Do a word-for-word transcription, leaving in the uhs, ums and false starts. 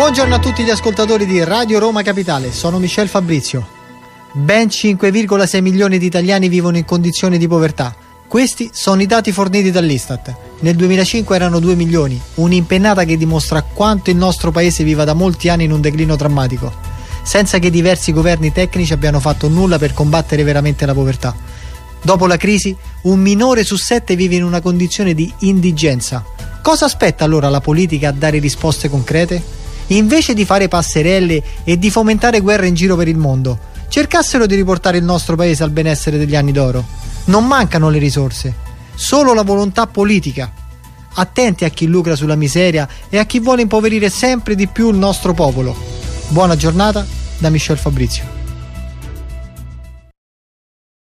Buongiorno a tutti gli ascoltatori di Radio Roma Capitale, sono Michel Fabrizio. Ben cinque virgola sei milioni di italiani vivono in condizioni di povertà. Questi sono i dati forniti dall'Istat. Nel duemilacinque erano due milioni, un'impennata che dimostra quanto il nostro paese viva da molti anni in un declino drammatico, senza che diversi governi tecnici abbiano fatto nulla per combattere veramente la povertà. Dopo la crisi, un minore su sette vive in una condizione di indigenza. Cosa aspetta allora la politica a dare risposte concrete? Invece di fare passerelle e di fomentare guerre in giro per il mondo, cercassero di riportare il nostro paese al benessere degli anni d'oro. Non mancano le risorse, solo la volontà politica. Attenti a chi lucra sulla miseria e a chi vuole impoverire sempre di più il nostro popolo. Buona giornata da Michel Fabrizio.